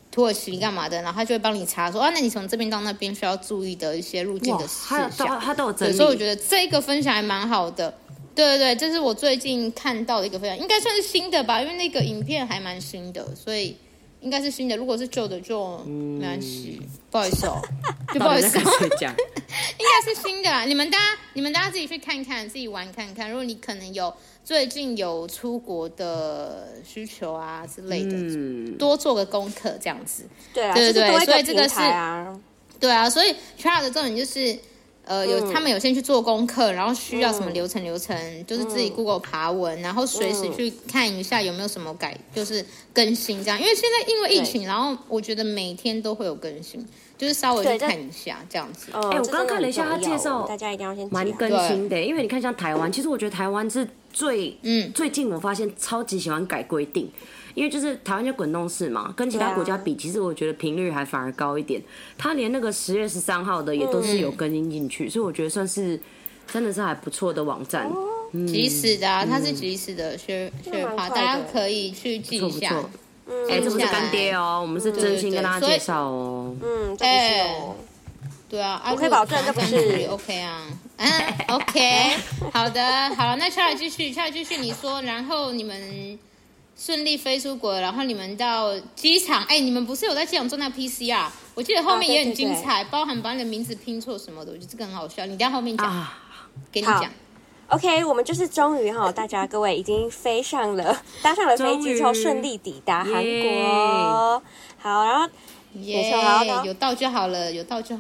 土耳其干嘛的，然后他就会帮你查说那你从这边到那边需要注意的一些入境的事项， 他都有整理。 所以我觉得这个分享还蛮好的。对对对，这是我最近看到的一个分享，应该算是新的吧，因为那个影片还蛮新的，所以应该是新的。如果是旧的就没关系，不好意思哦，就不好意思哦，应该是新的啦。你们大家自己去看看，自己玩看看。如果你可能最近有出国的需求啊之类的，多做个功课这样子。 对啊， 对对对，所以这个是对啊，所以 Chara 的重点就是。他们有先去做功课，然后需要什么流程，就是自己 Google 爬文，然后随时去看一下有没有什么就是更新这样。因为现在因为疫情，然后我觉得每天都会有更新，就是稍微去看一下这样子。 我刚刚看了一下他介绍， 大家一定要先蛮更新的，因为你看像台湾，其实我觉得台湾是最近我发现超级喜欢改规定。因为就是台湾就滚动式嘛，跟其他国家比，其实我觉得频率还反而高一点。他连那个10月13号的也都是有更新进去，所以我觉得算是真的是还不错的网站。 即时的啊，它是即时的学趴，大家可以去记一下。 这不是干爹哦，我们是真心跟大家介绍哦。 这不是哦。 对啊， 我可以保证这不是 OK 啊。OK， 好的，好，那下来继续，你说，然后你们。顺利飞出国，然后你们到机场，你们不是有在机场做那 PCR？ 我记得后面也很精彩，包含把你的名字拼错什么的，我觉得这个很好笑。你等下后面讲，给你讲。 OK， 我们就是终于大家各位已经搭上了飞机之后顺利抵达韩国。好，然后有到就好了。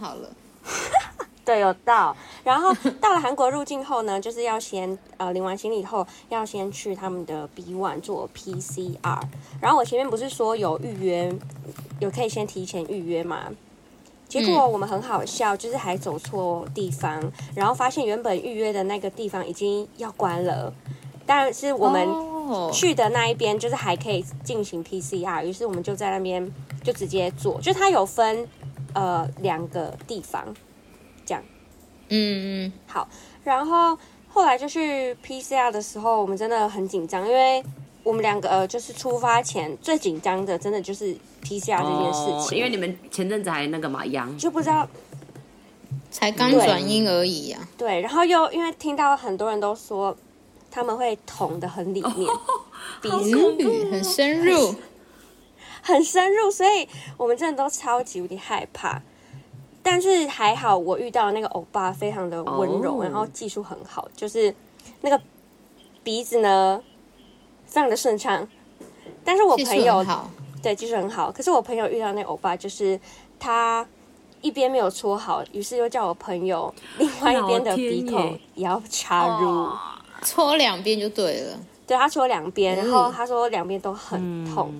对，有到，然后到了韩国入境后呢，就是要先领完行李后，要先去他们的 B1 做 PCR。然后我前面不是说有预约，有可以先提前预约嘛？结果我们很好笑，就是还走错地方，然后发现原本预约的那个地方已经要关了，但是我们去的那一边就是还可以进行 PCR， 于是我们就在那边就直接做，就它有分2个地方。这样，好，然后后来就去 PCR 的时候，我们真的很紧张，因为我们2个就是出发前最紧张的，真的就是 PCR 这件事情， 因为你们前阵子还那个嘛阳， 就不知道， 才刚转阴而已啊。 对，然后又因为听到很多人都说他们会捅得很里面，鼻子很深入， 很深入，所以我们真的都超级无敌害怕。但是还好，我遇到的那个欧巴非常的温柔，然后技术很好，就是那个鼻子呢非常的顺畅。但是我朋友对技术很好，可是我朋友遇到那个欧巴，就是他一边没有戳好，于是又叫我朋友另外一边的鼻孔也要插入， 戳2边就对了。 对，他戳2边，然后他说2边都很痛。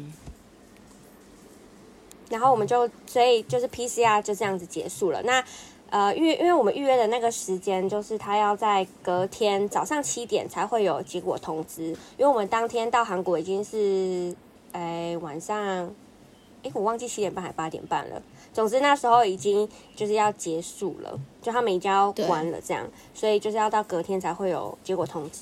然后我们所以就是 PCR 就这样子结束了。那因为我们预约的那个时间就是他要在隔天早上7点才会有结果通知，因为我们当天到韩国已经是晚上我忘记7点半还8点半了。总之那时候已经就是要结束了，就他们已经要关了这样，所以就是要到隔天才会有结果通知。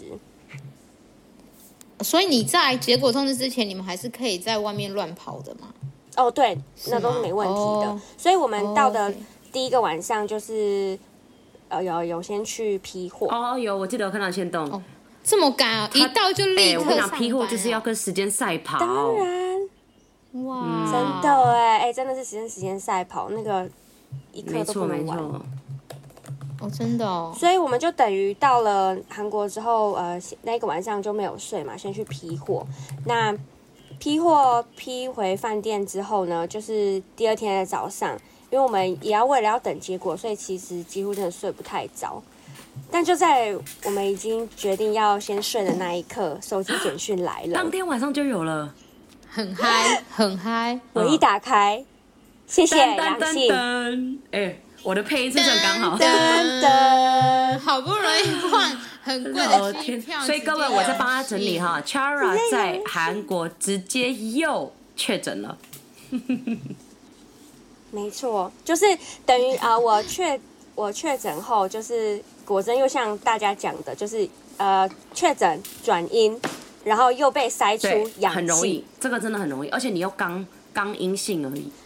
所以你在结果通知之前，你们还是可以在外面乱跑的吗？ 对，那都是没问题的。所以我们到的第一个晚上就是有先去批货。 有，我记得有看到限动。 这么赶啊！一到就立刻上班。我跟你讲，批货就是要跟时间赛跑。 当然，哇，真的真的是时间赛跑，那个一刻都不能玩。 真的哦。 所以我们就等于到了韩国之后，那个晚上就没有睡嘛，先去批货。那批货批回饭店之后呢，就是第2天的早上，因为我们也要为了要等结果，所以其实几乎真的睡不太着。但就在我们已经决定要先睡的那一刻，手机简讯来了， 当天晚上就有了， 很嗨，很嗨。 我一打开，谢谢阳性。 我的配音是不是很刚好？ 好不容易换很贵的机票， 所以各位，我在帮他整理哈。Chara 在韩国直接又确诊了， 没错，就是等于我确诊后，就是果真又像大家讲的，就是确诊转阴，然后又被筛出阳性， 很容易，这个真的很容易，而且你又刚刚阴性而已。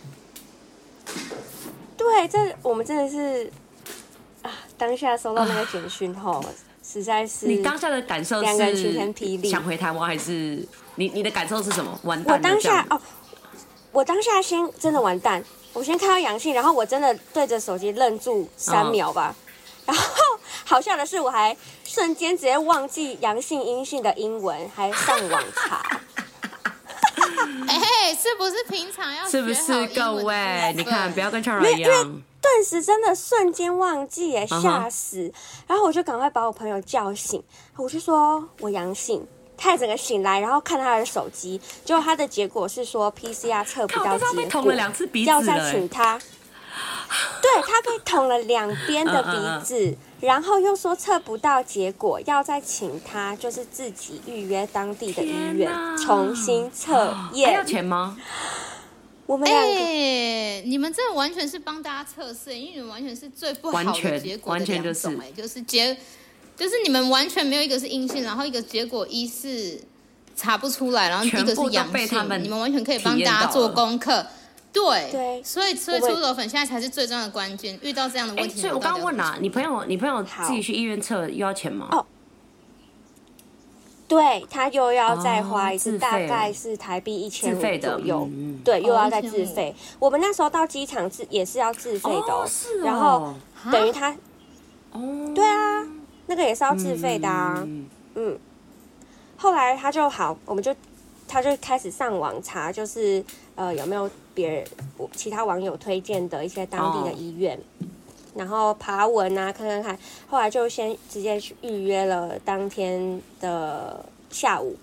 对，这我们真的是啊，当下收到那个简讯后，实在是你当下的感受是两个人晴天霹雳。 想回台湾还是你的感受是什么？完蛋了！ 我当下先真的完蛋，我先看到阳性，然后我真的对着手机愣住3秒吧。然后好笑的是，我还瞬间直接忘记阳性阴性的英文，还上网查。 是不是平常要是不是各位？你看，不要跟 Chara 一样。 顿时真的瞬间忘记耶，吓死！然后我就赶快把我朋友叫醒，我就说我阳性，他也整个醒来，然后看他的手机，结果他的结果是说 PCR 测不到结果，捅了2次鼻子要再请他。对，他被捅了2边的鼻子，然后又说测不到结果，要再请他就是自己预约当地的医院重新测验。 还要钱吗？ 我们两个， 你们这完全是帮大家测试，因为你们完全是最不好的结果的2种，就是你们完全没有一个是阴性，然后一个结果1是查不出来，然后一个是阳性，你们完全可以帮大家做功课。对，所以出头粉现在才是最重要的关键。遇到这样的问题， 所以我刚刚问啦，你朋友自己去医院测又要钱吗？ 哦，对，他又要再花一次，大概是台币1500左右。对，又要再自费。我们那时候到机场也是要自费的哦。然后等于他，对啊，那个也是要自费的啊。后来他就开始上网查，就是有没有其他网友推荐的一些当地的医院，然后爬文啊看，后来就先直接去预约了当天的下午，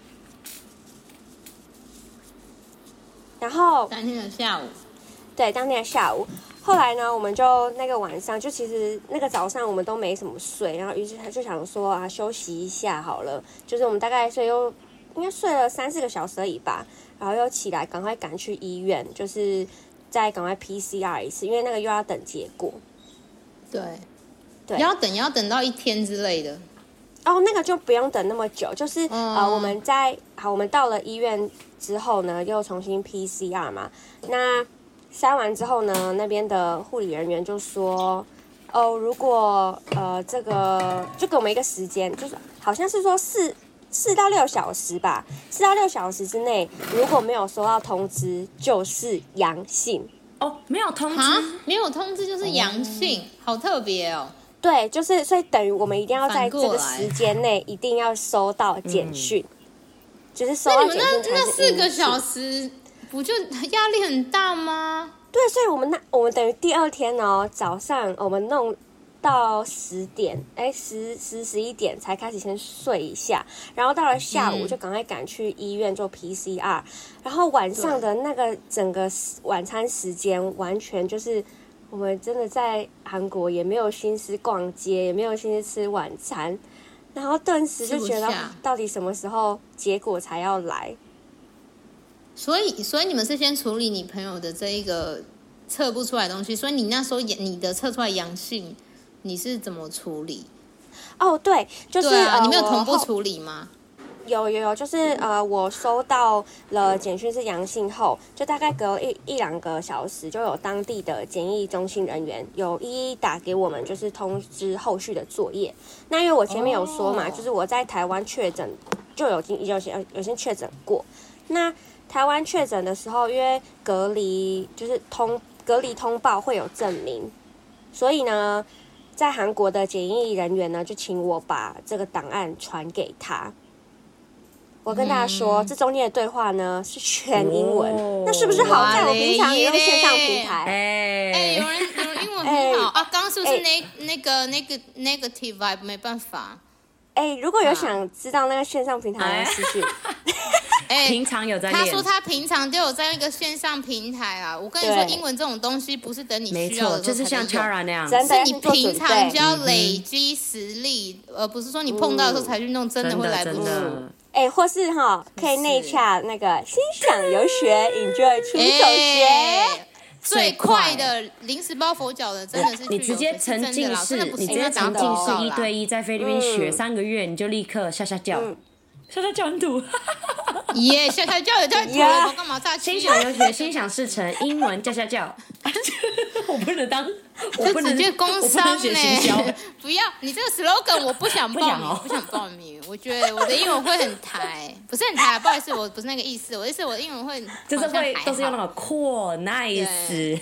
然后当天的下午， 对，当天的下午。后来呢，我们就那个晚上，就其实那个早上我们都没什么睡，然后于是他就想说啊，休息一下好了，就是我们大概应该睡了3-4个小时而已吧，然后又起来赶快赶去医院，就是再赶快 PCR 一次，因为那个又要等结果。 对，要等到1天之类的。 哦，那个就不用等那么久，就是我们到了医院之后呢，又重新 PCR 嘛。那筛完之后呢，那边的护理人员就说，如果这个就给我们一个时间，就是好像是说4到6小时吧，4到6小时之内，如果没有收到通知，就是阳性。 哦，没有通知， 没有通知就是阳性，好特别哦。 对，就是所以等于我们一定要在这个时间内一定要收到简讯，就是收到简讯才是阴性。 那4个小时不就压力很大吗？ 对，所以我们等于第2天哦，早上我们弄到10点，11点才开始先睡一下，然后到了下午就赶快赶去医院做 PCR，然后晚上的那个整个晚餐时间完全就是我们真的在韩国也没有心思逛街，也没有心思吃晚餐，然后顿时就觉得到底什么时候结果才要来。 所以你们是先处理你朋友的这一个测不出来的东西，所以你那时候你的测出来阳性，你是怎么处理？ 哦，对，就是你没有同步处理吗？ 有，就是我收到了简讯是阳性后，就大概隔1-2个小时，就有当地的检疫中心人员有一一打给我们，就是通知后续的作业。那因为我前面有说嘛，就是我在台湾确诊就有先确诊过。那台湾确诊的时候，因为隔离就是隔离通报会有证明，所以呢，在韩国的检疫人员呢就请我把这个档案传给他。我跟大家说，这中间的对话呢是全英文，那是不是好在我平常也用线上平台？ 有人英文很好啊！刚刚是不是那个 negative vibe 没办法？ 如果有想知道那个线上平台的私讯， 平常有在练。 他说他平常就有在一个线上平台啊。我跟你说，英文这种东西不是等你需要的时候才能用， 就是像 Chara 那样， 真的是你平常就要累积实力，而不是说你碰到的时候才去弄，真的会来不及。 或是可以内洽那个心想游学 ，enjoy 出手学。 最快的临时抱佛脚的真的是你直接沉浸式1对1在菲律宾学3个月，你就立刻下叫。下叫很土， 耶，下下叫也太土了，我干嘛炸心鸡？ 想留学，心想事成，英文叫。我不能当，我不能直接工我不商能写行销。 不要，你这个 slogan 我不想报名， 不想哦不想报名。我觉得我的英文会很台，不是很台，不好意思，我不是那个意思。我的意思，我的英文会就是会好像还好都是用那种 cool nice。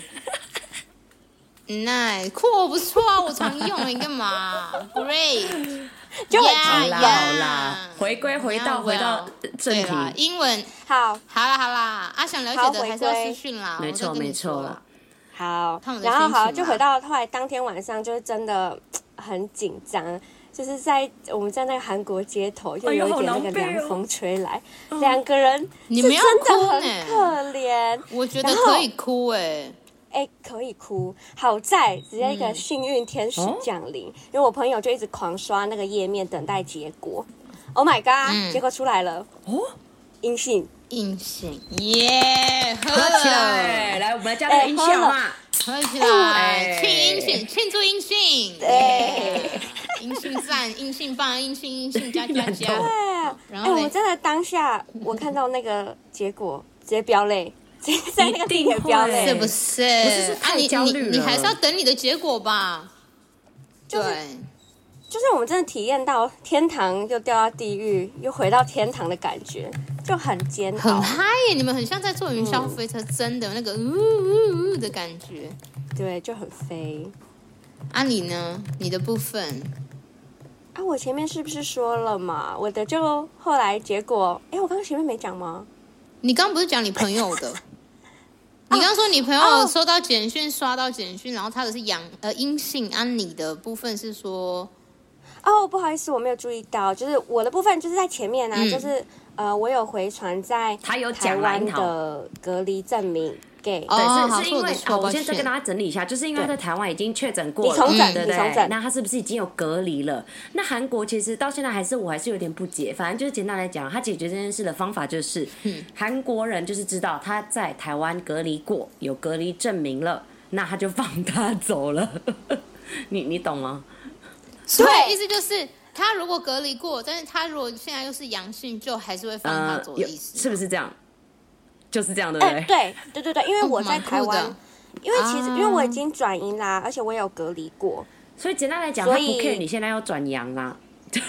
那酷不错啊，我常用，你干嘛 ？Great， 就很好啦 Yeah， 好啦，回到正题。 对啦，英文好好啦，想了解的还是要私讯啦， 没错我再跟你说啦。 好看我，的然后好， 心情啦就回到后来当天晚上，就是真的很紧张，就是我们在那个韩国街头，就有一点那个凉风吹来，两个人你们要真的哭很呢可怜。 我觉得可以哭可以哭，好在直接一个幸运天使降临，因为我朋友就一直狂刷那个页面等待结果。Oh my god！结果出来了，阴性。 阴性耶，喝喝起来，来，我们来加个音效嘛。 喝起来，庆祝阴性， 对， 阴性赞，阴性棒，阴性加。 对， 然后我真的当下我看到那个结果，直接飙泪，直接在那个地铁飙泪， 是不是？ 不是太焦虑了你还是要等你的结果吧。对， 就是我们真的体验到天堂又掉到地狱，又回到天堂的感觉，就很煎熬， 很嗨耶！你们很像在坐云霄飞车，真的有那个呜的感觉。 对，就很飞。 啊，你呢？你的部分啊，我前面是不是说了嘛？我的就后来结果，我刚刚前面没讲吗？ 你刚不是讲你朋友的？你刚说你朋友收到简讯，刷到简讯，然后他的是阴性，你的部分是说， 不好意思，我没有注意到，就是我的部分就是在前面啊，就是我有回传在他有台讲湾的隔离证明给， 对，是因为我我现在再跟大家整理一下，就是因为他在台湾已经确诊过了， 你重诊对不对？ 你重诊那他是不是已经有隔离了？那韩国其实到现在我还是有点不解，反正就是简单来讲，他解决这件事的方法就是，韩国人就是知道他在台湾隔离过，有隔离证明了，那他就放他走了。你懂吗？ 对，意思就是他如果隔离过，但是他如果现在又是阳性，就还是会放他走的意思， 是不是这样？就是这样，对不对？ 对，因为我在台湾，因为其实因为我已啊经转阴啦，而且我也有隔离过， 所以简单来讲，他不 care 你现在要转阳啦。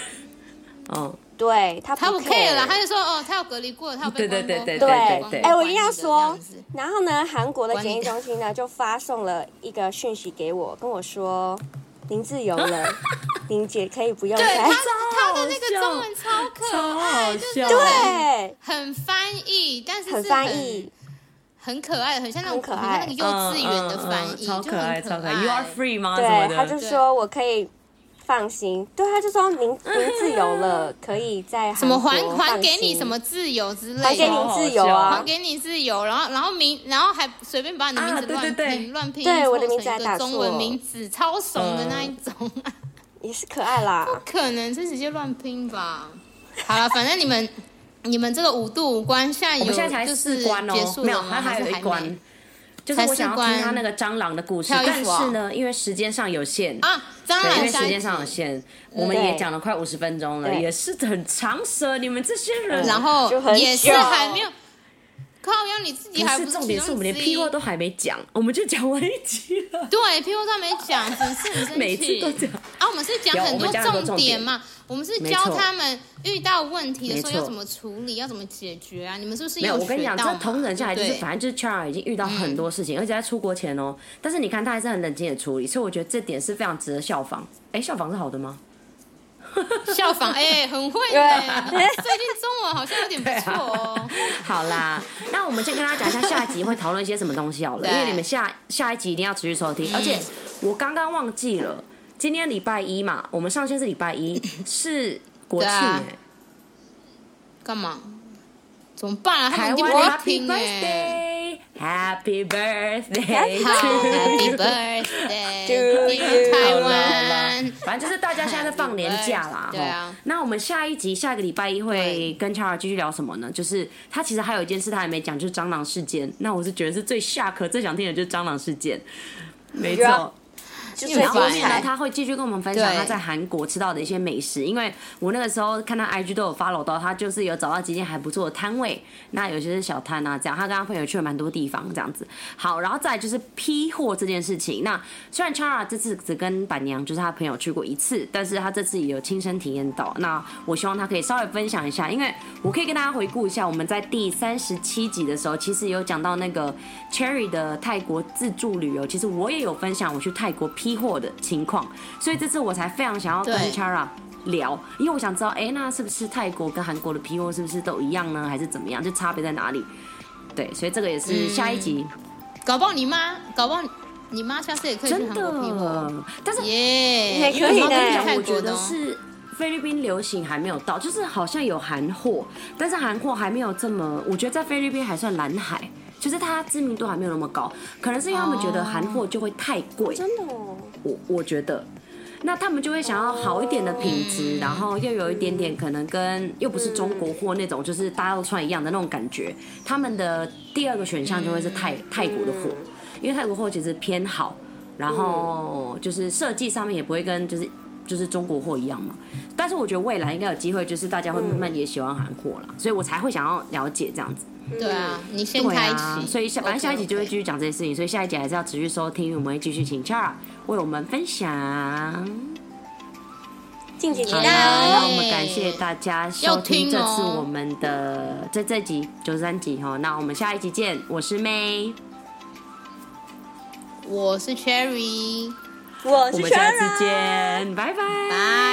对他不 care 啦，他就说他有隔离过，他有被对，我一定要说，然后呢，韩国的检疫中心呢就发送了一个讯息给我，跟我说您自由了，您姐可以不用再。 他的那个中文超可爱，就是对， 很翻译，但是很翻译。 很可爱，很像那种很可爱那个幼稚园的翻译， 超可爱，超可爱。You are free 吗？ 对，他就说我可以放心。对，他就说您自由了，可以在什么还给你什么自由之类的， 还给您自由啊， 还给你自由，然后还随便把你的名字乱拼， 对，我的名字还打错， 中文名字超怂的那一种， 也是可爱啦。 不可能是直接乱拼吧？好了，反正你们这个5度5关，现在才就是 4关结束了吗？ 还有一关，就是我想要听他那个蟑螂的故事，但是呢，因为时间上有限蟑螂因为时间上有限，我们也讲了快50分钟了，也是很长舌，你们这些人， 然后也是还没有。靠腰你自己还不是重点，是我们连屁话都还没讲，我们就讲完一集了。 对，屁话都还没讲，真是很生气。 每次都这样我们是讲很多重点嘛，我们是教他们遇到问题的时候要怎么处理，要怎么解决啊？你们是不是没有？我跟你讲，这同等下来就是， 对反正就是 Chara 已经遇到很多事情，而且在出国前哦，但是你看他还是很冷静的处理，所以我觉得这点是非常值得效仿。效仿是好的吗？ 效仿很会耶，最近中文好像有点不错哦。 好啦，那我们先跟大家讲一下下一集会讨论一些什么东西好了，因为你们下一集一定要持续收听，而且我刚刚忘记了，今天礼拜一嘛，我们上线是礼拜一，是国庆干嘛？怎么办啊？ 台湾 Happy Birthday，Happy Birthday， Happy Birthday，台湾。 反正就是大家现在在放年假啦。 对啊。 那我们下个礼拜一会跟 Chara 继续聊什么呢？就是他其实还有一件事他还没讲，就是蟑螂事件。那我是觉得是最下课、最想听的就是蟑螂事件。没错。 然后后就最精彩。 面呢他会继续跟我们分享他在韩国吃到的一些美食，因为我那个时候看他 IG 都有 follow 到，他就是有找到几间还不错的摊位，那有些是小摊啊这样，他跟他朋友去了蛮多地方这样子。好，然后再来就是批货这件事情，那虽然 Chara 这次只跟板娘就是他朋友去过一次，但是他这次也有亲身体验到，那我希望他可以稍微分享一下，因为我可以跟大家回顾一下，我们在第37集的时候其实有讲到那个 Cherry 的泰国自助旅游，其实我也有分享我去泰国批货的情况，所以这次我才非常想要跟 Chara 聊，因为我想知道，那是不是泰国跟韩国的批货是不是都一样呢，还是怎么样，就差别在哪里？对，所以这个也是下一集。 搞不好你妈下次也可以去韩国批货， 但是也因可以的。 我觉得是菲律宾流行还没有到，就是好像有韩货，但是韩货还没有这么，我觉得在菲律宾还算蓝海。就是它知名度还没有那么高，可能是因为他们觉得韩货就会太贵， 真的哦。 我觉得，那他们就会想要好一点的品质，然后又有一点点可能跟又不是中国货那种，就是大家都穿一样的那种感觉。他们的第二个选项就会是泰国的货，因为泰国货其实偏好，然后就是设计上面也不会跟就是中国货一样嘛。但是我觉得未来应该有机会，就是大家会慢慢也喜欢韩货啦，所以我才会想要了解这样子。 对啊，你先开启， 所以反正下一集就会继续讲这些事情，所以下一集还是要持续收听，我们会继续请 Chara 为我们分享。 敬请期待那我哦。 们感谢大家收听这次我们的这集93集哈，那我们下一集见，我是 May， 我是 Cherry， 我是我们下 Chara 次见，拜拜。